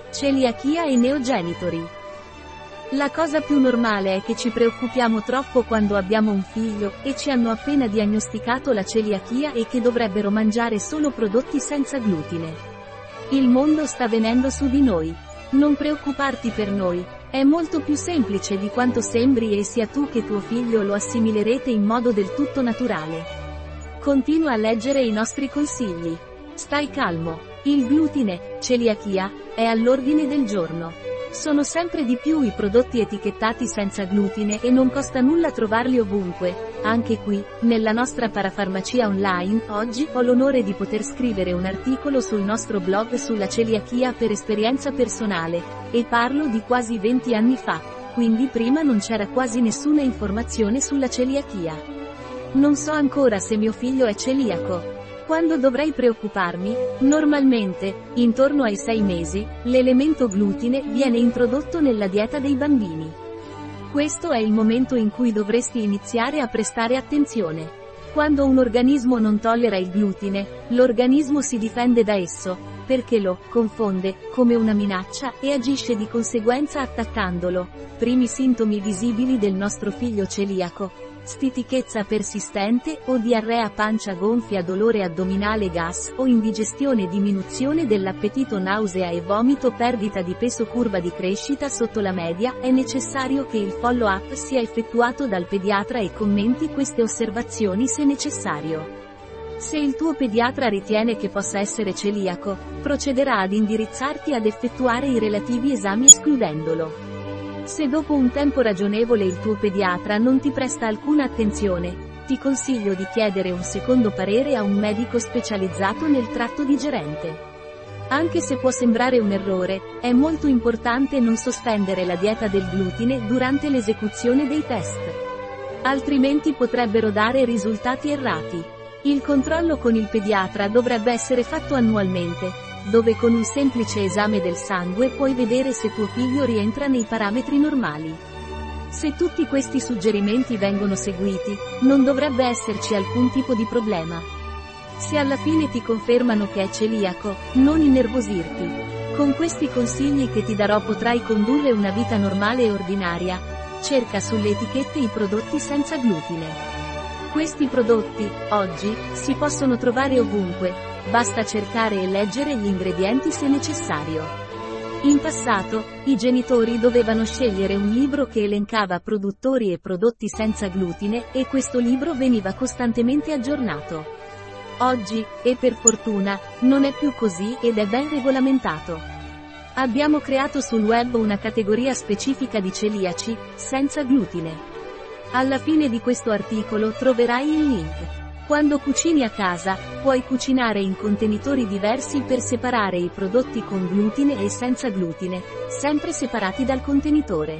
Celiachia e neogenitori. La cosa più normale è che ci preoccupiamo troppo quando abbiamo un figlio, e ci hanno appena diagnosticato la celiachia e che dovrebbero mangiare solo prodotti senza glutine. Il mondo sta venendo su di noi. Non preoccuparti per noi. È molto più semplice di quanto sembri e sia tu che tuo figlio lo assimilerete in modo del tutto naturale. Continua a leggere i nostri consigli. Stai calmo. Il glutine, celiachia, è all'ordine del giorno. Sono sempre di più i prodotti etichettati senza glutine e non costa nulla trovarli ovunque. Anche qui, nella nostra parafarmacia online, oggi ho l'onore di poter scrivere un articolo sul nostro blog sulla celiachia per esperienza personale, e parlo di quasi 20 anni fa, quindi prima non c'era quasi nessuna informazione sulla celiachia. Non so ancora se mio figlio è celiaco. Quando dovrei preoccuparmi? Normalmente, intorno ai 6 mesi, l'elemento glutine viene introdotto nella dieta dei bambini. Questo è il momento in cui dovresti iniziare a prestare attenzione. Quando un organismo non tollera il glutine, l'organismo si difende da esso, perché lo confonde come una minaccia e agisce di conseguenza attaccandolo. Primi sintomi visibili del nostro figlio celiaco: stitichezza persistente o diarrea, pancia gonfia, dolore addominale, gas o indigestione, diminuzione dell'appetito, nausea e vomito, perdita di peso, curva di crescita sotto la media. È necessario che il follow-up sia effettuato dal pediatra e commenti queste osservazioni se necessario. Se il tuo pediatra ritiene che possa essere celiaco, procederà ad indirizzarti ad effettuare i relativi esami escludendolo. Se dopo un tempo ragionevole il tuo pediatra non ti presta alcuna attenzione, ti consiglio di chiedere un secondo parere a un medico specializzato nel tratto digerente. Anche se può sembrare un errore, è molto importante non sospendere la dieta del glutine durante l'esecuzione dei test. Altrimenti potrebbero dare risultati errati. Il controllo con il pediatra dovrebbe essere fatto annualmente, dove con un semplice esame del sangue puoi vedere se tuo figlio rientra nei parametri normali. Se tutti questi suggerimenti vengono seguiti, non dovrebbe esserci alcun tipo di problema. Se alla fine ti confermano che è celiaco, non innervosirti. Con questi consigli che ti darò potrai condurre una vita normale e ordinaria. Cerca sulle etichette i prodotti senza glutine. Questi prodotti, oggi, si possono trovare ovunque, basta cercare e leggere gli ingredienti se necessario. In passato, i genitori dovevano scegliere un libro che elencava produttori e prodotti senza glutine, e questo libro veniva costantemente aggiornato. Oggi, e per fortuna, non è più così ed è ben regolamentato. Abbiamo creato sul web una categoria specifica di celiaci, senza glutine. Alla fine di questo articolo troverai il link. Quando cucini a casa, puoi cucinare in contenitori diversi per separare i prodotti con glutine e senza glutine, sempre separati dal contenitore.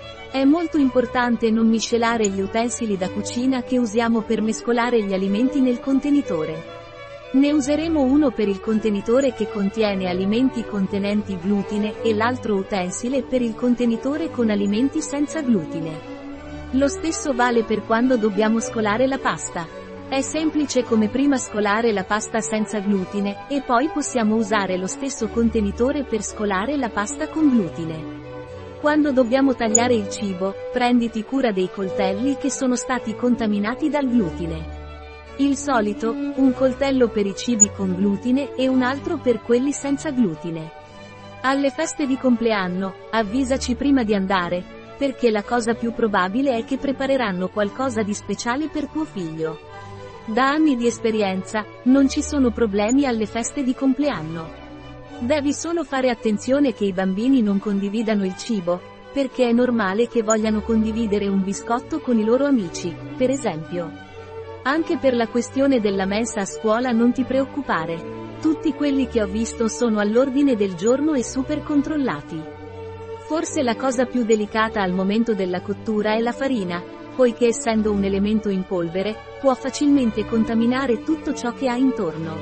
È molto importante non miscelare gli utensili da cucina che usiamo per mescolare gli alimenti nel contenitore. Ne useremo uno per il contenitore che contiene alimenti contenenti glutine e l'altro utensile per il contenitore con alimenti senza glutine. Lo stesso vale per quando dobbiamo scolare la pasta. È semplice come prima scolare la pasta senza glutine, e poi possiamo usare lo stesso contenitore per scolare la pasta con glutine. Quando dobbiamo tagliare il cibo, prenditi cura dei coltelli che sono stati contaminati dal glutine. Il solito, un coltello per i cibi con glutine e un altro per quelli senza glutine. Alle feste di compleanno, avvisaci prima di andare, perché la cosa più probabile è che prepareranno qualcosa di speciale per tuo figlio. Da anni di esperienza, non ci sono problemi alle feste di compleanno. Devi solo fare attenzione che i bambini non condividano il cibo, perché è normale che vogliano condividere un biscotto con i loro amici, per esempio. Anche per la questione della mensa a scuola non ti preoccupare. Tutti quelli che ho visto sono all'ordine del giorno e super controllati. Forse la cosa più delicata al momento della cottura è la farina, poiché essendo un elemento in polvere, può facilmente contaminare tutto ciò che ha intorno.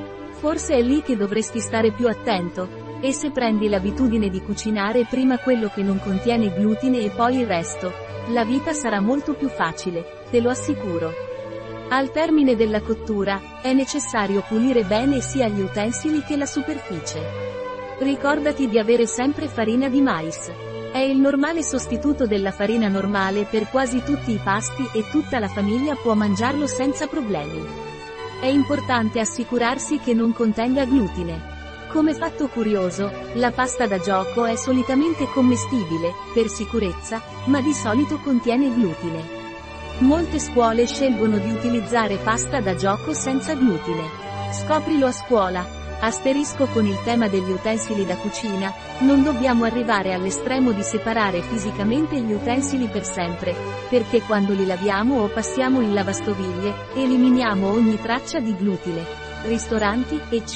Forse è lì che dovresti stare più attento, e se prendi l'abitudine di cucinare prima quello che non contiene glutine e poi il resto, la vita sarà molto più facile, te lo assicuro. Al termine della cottura, è necessario pulire bene sia gli utensili che la superficie. Ricordati di avere sempre farina di mais. È il normale sostituto della farina normale per quasi tutti i pasti e tutta la famiglia può mangiarlo senza problemi. È importante assicurarsi che non contenga glutine. Come fatto curioso, la pasta da gioco è solitamente commestibile, per sicurezza, ma di solito contiene glutine. Molte scuole scelgono di utilizzare pasta da gioco senza glutine. Scoprilo a scuola. Asterisco con il tema degli utensili da cucina, non dobbiamo arrivare all'estremo di separare fisicamente gli utensili per sempre, perché quando li laviamo o passiamo in lavastoviglie, eliminiamo ogni traccia di glutine. Ristoranti,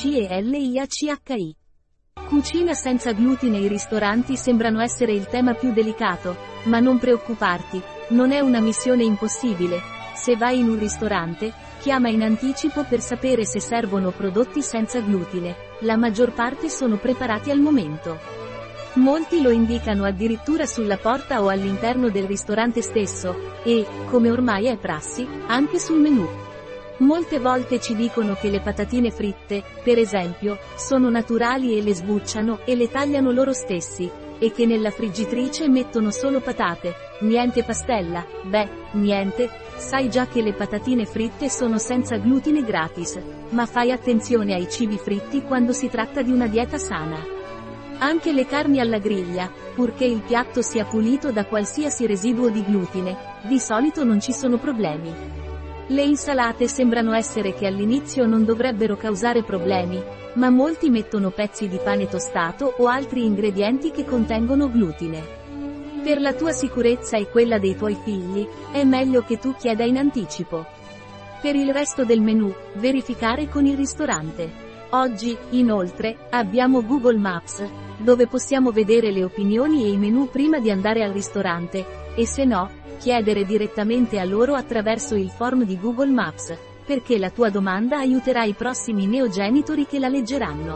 ECELIACHI. Cucina senza glutine. I ristoranti sembrano essere il tema più delicato, ma non preoccuparti, non è una missione impossibile. Se vai in un ristorante, chiama in anticipo per sapere se servono prodotti senza glutine, la maggior parte sono preparati al momento. Molti lo indicano addirittura sulla porta o all'interno del ristorante stesso, e, come ormai è prassi, anche sul menù. Molte volte ci dicono che le patatine fritte, per esempio, sono naturali e le sbucciano e le tagliano loro stessi, e che nella friggitrice mettono solo patate, niente pastella. Beh, niente, sai già che le patatine fritte sono senza glutine gratis, ma fai attenzione ai cibi fritti quando si tratta di una dieta sana. Anche le carni alla griglia, purché il piatto sia pulito da qualsiasi residuo di glutine, di solito non ci sono problemi. Le insalate sembrano essere che all'inizio non dovrebbero causare problemi, ma molti mettono pezzi di pane tostato o altri ingredienti che contengono glutine. Per la tua sicurezza e quella dei tuoi figli, è meglio che tu chieda in anticipo. Per il resto del menù, verificare con il ristorante. Oggi, inoltre, abbiamo Google Maps, dove possiamo vedere le opinioni e i menù prima di andare al ristorante, e se no, chiedere direttamente a loro attraverso il form di Google Maps, perché la tua domanda aiuterà i prossimi neogenitori che la leggeranno.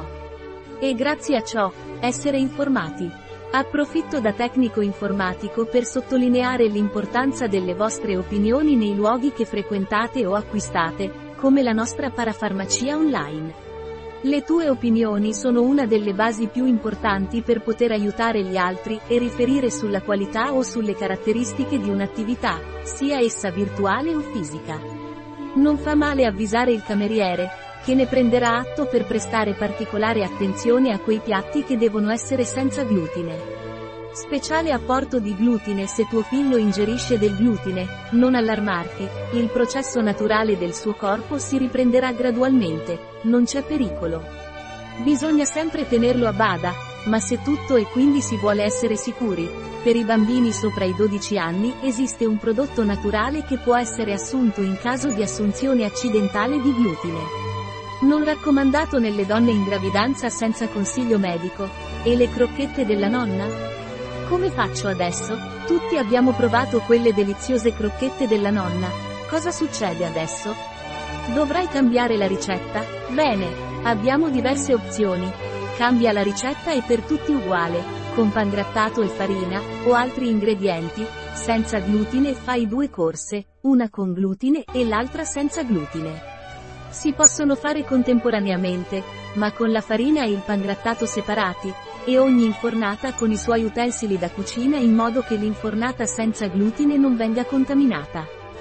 E grazie a ciò, essere informati. Approfitto da tecnico informatico per sottolineare l'importanza delle vostre opinioni nei luoghi che frequentate o acquistate, come la nostra parafarmacia online. Le tue opinioni sono una delle basi più importanti per poter aiutare gli altri e riferire sulla qualità o sulle caratteristiche di un'attività, sia essa virtuale o fisica. Non fa male avvisare il cameriere, che ne prenderà atto per prestare particolare attenzione a quei piatti che devono essere senza glutine. Speciale apporto di glutine. Se tuo figlio ingerisce del glutine, non allarmarti, il processo naturale del suo corpo si riprenderà gradualmente, non c'è pericolo. Bisogna sempre tenerlo a bada, ma se tutto e quindi si vuole essere sicuri, per i bambini sopra i 12 anni esiste un prodotto naturale che può essere assunto in caso di assunzione accidentale di glutine. Non raccomandato nelle donne in gravidanza senza consiglio medico. E le crocchette della nonna? Come faccio adesso? Tutti abbiamo provato quelle deliziose crocchette della nonna. Cosa succede adesso? Dovrai cambiare la ricetta? Bene, abbiamo diverse opzioni. Cambia la ricetta e per tutti uguale, con pangrattato e farina, o altri ingredienti, senza glutine. Fai 2 corse, una con glutine e l'altra senza glutine. Si possono fare contemporaneamente, ma con la farina e il pangrattato separati, e ogni infornata con i suoi utensili da cucina in modo che l'infornata senza glutine non venga contaminata.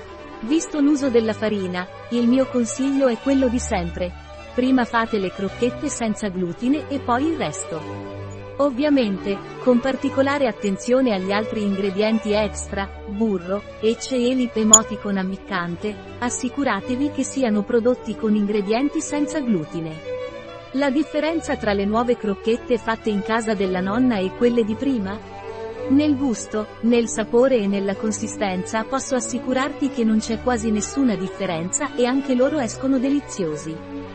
Visto l'uso della farina, il mio consiglio è quello di sempre. Prima fate le crocchette senza glutine e poi il resto. Ovviamente, con particolare attenzione agli altri ingredienti extra, burro, ECELIP emoticon ammiccante, assicuratevi che siano prodotti con ingredienti senza glutine. La differenza tra le nuove crocchette fatte in casa della nonna e quelle di prima? Nel gusto, nel sapore e nella consistenza posso assicurarti che non c'è quasi nessuna differenza e anche loro escono deliziosi.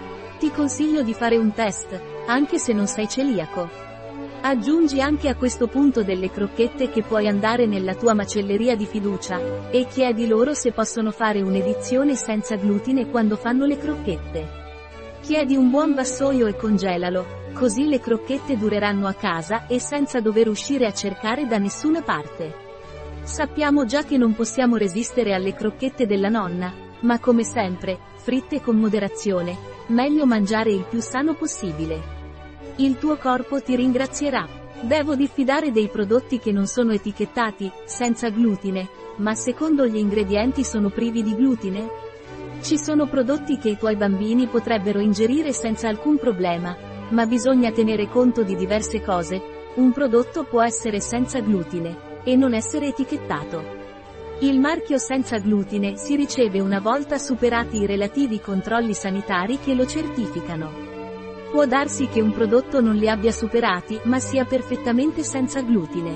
Ti consiglio di fare un test, anche se non sei celiaco. Aggiungi anche a questo punto delle crocchette che puoi andare nella tua macelleria di fiducia, e chiedi loro se possono fare un'edizione senza glutine quando fanno le crocchette. Chiedi un buon vassoio e congelalo, così le crocchette dureranno a casa e senza dover uscire a cercare da nessuna parte. Sappiamo già che non possiamo resistere alle crocchette della nonna, ma come sempre, fritte con moderazione, meglio mangiare il più sano possibile. Il tuo corpo ti ringrazierà. Devo diffidare dei prodotti che non sono etichettati, senza glutine, ma secondo gli ingredienti sono privi di glutine? Ci sono prodotti che i tuoi bambini potrebbero ingerire senza alcun problema, ma bisogna tenere conto di diverse cose. Un prodotto può essere senza glutine, e non essere etichettato. Il marchio senza glutine si riceve una volta superati i relativi controlli sanitari che lo certificano. Può darsi che un prodotto non li abbia superati, ma sia perfettamente senza glutine.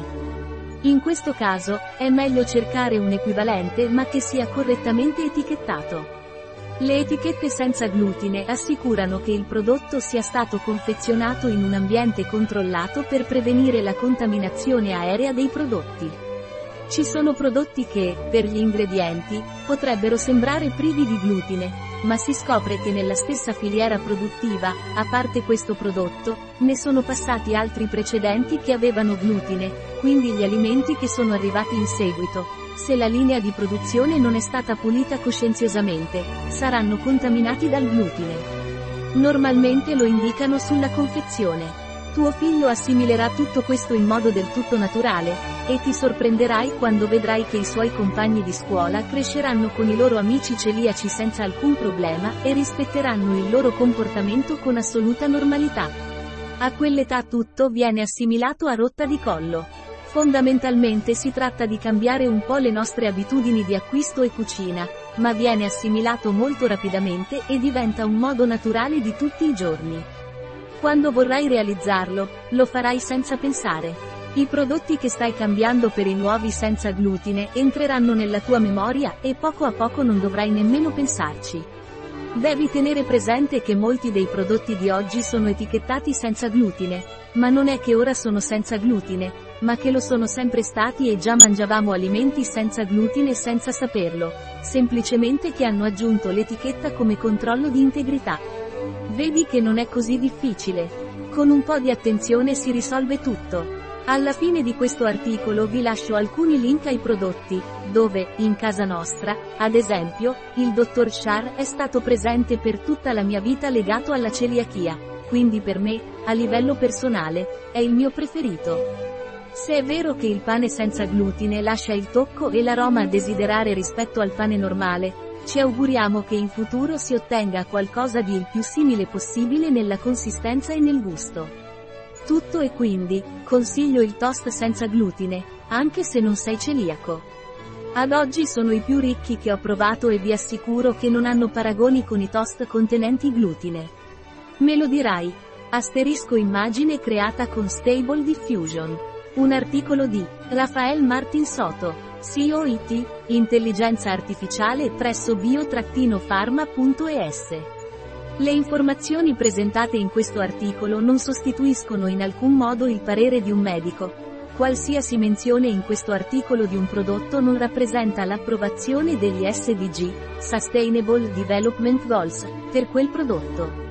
In questo caso, è meglio cercare un equivalente ma che sia correttamente etichettato. Le etichette senza glutine assicurano che il prodotto sia stato confezionato in un ambiente controllato per prevenire la contaminazione aerea dei prodotti. Ci sono prodotti che, per gli ingredienti, potrebbero sembrare privi di glutine, ma si scopre che nella stessa filiera produttiva, a parte questo prodotto, ne sono passati altri precedenti che avevano glutine, quindi gli alimenti che sono arrivati in seguito, se la linea di produzione non è stata pulita coscienziosamente, saranno contaminati dal glutine. Normalmente lo indicano sulla confezione. Tuo figlio assimilerà tutto questo in modo del tutto naturale, e ti sorprenderai quando vedrai che i suoi compagni di scuola cresceranno con i loro amici celiaci senza alcun problema e rispetteranno il loro comportamento con assoluta normalità. A quell'età tutto viene assimilato a rotta di collo. Fondamentalmente si tratta di cambiare un po' le nostre abitudini di acquisto e cucina, ma viene assimilato molto rapidamente e diventa un modo naturale di tutti i giorni. Quando vorrai realizzarlo, lo farai senza pensare. I prodotti che stai cambiando per i nuovi senza glutine entreranno nella tua memoria e poco a poco non dovrai nemmeno pensarci. Devi tenere presente che molti dei prodotti di oggi sono etichettati senza glutine, ma non è che ora sono senza glutine, ma che lo sono sempre stati e già mangiavamo alimenti senza glutine senza saperlo, semplicemente che hanno aggiunto l'etichetta come controllo di integrità. Vedi che non è così difficile. Con un po' di attenzione si risolve tutto. Alla fine di questo articolo vi lascio alcuni link ai prodotti, dove, in casa nostra, ad esempio, il dottor Shar è stato presente per tutta la mia vita legato alla celiachia, quindi per me, a livello personale, è il mio preferito. Se è vero che il pane senza glutine lascia il tocco e l'aroma a desiderare rispetto al pane normale, ci auguriamo che in futuro si ottenga qualcosa di il più simile possibile nella consistenza e nel gusto. Tutto e quindi, consiglio il toast senza glutine, anche se non sei celiaco. Ad oggi sono i più ricchi che ho provato e vi assicuro che non hanno paragoni con i toast contenenti glutine. Me lo dirai. Asterisco immagine creata con Stable Diffusion. Un articolo di Rafael Martin Soto, COIT, Intelligenza Artificiale presso bio-pharma.es. Le informazioni presentate in questo articolo non sostituiscono in alcun modo il parere di un medico. Qualsiasi menzione in questo articolo di un prodotto non rappresenta l'approvazione degli SDG, Sustainable Development Goals, per quel prodotto.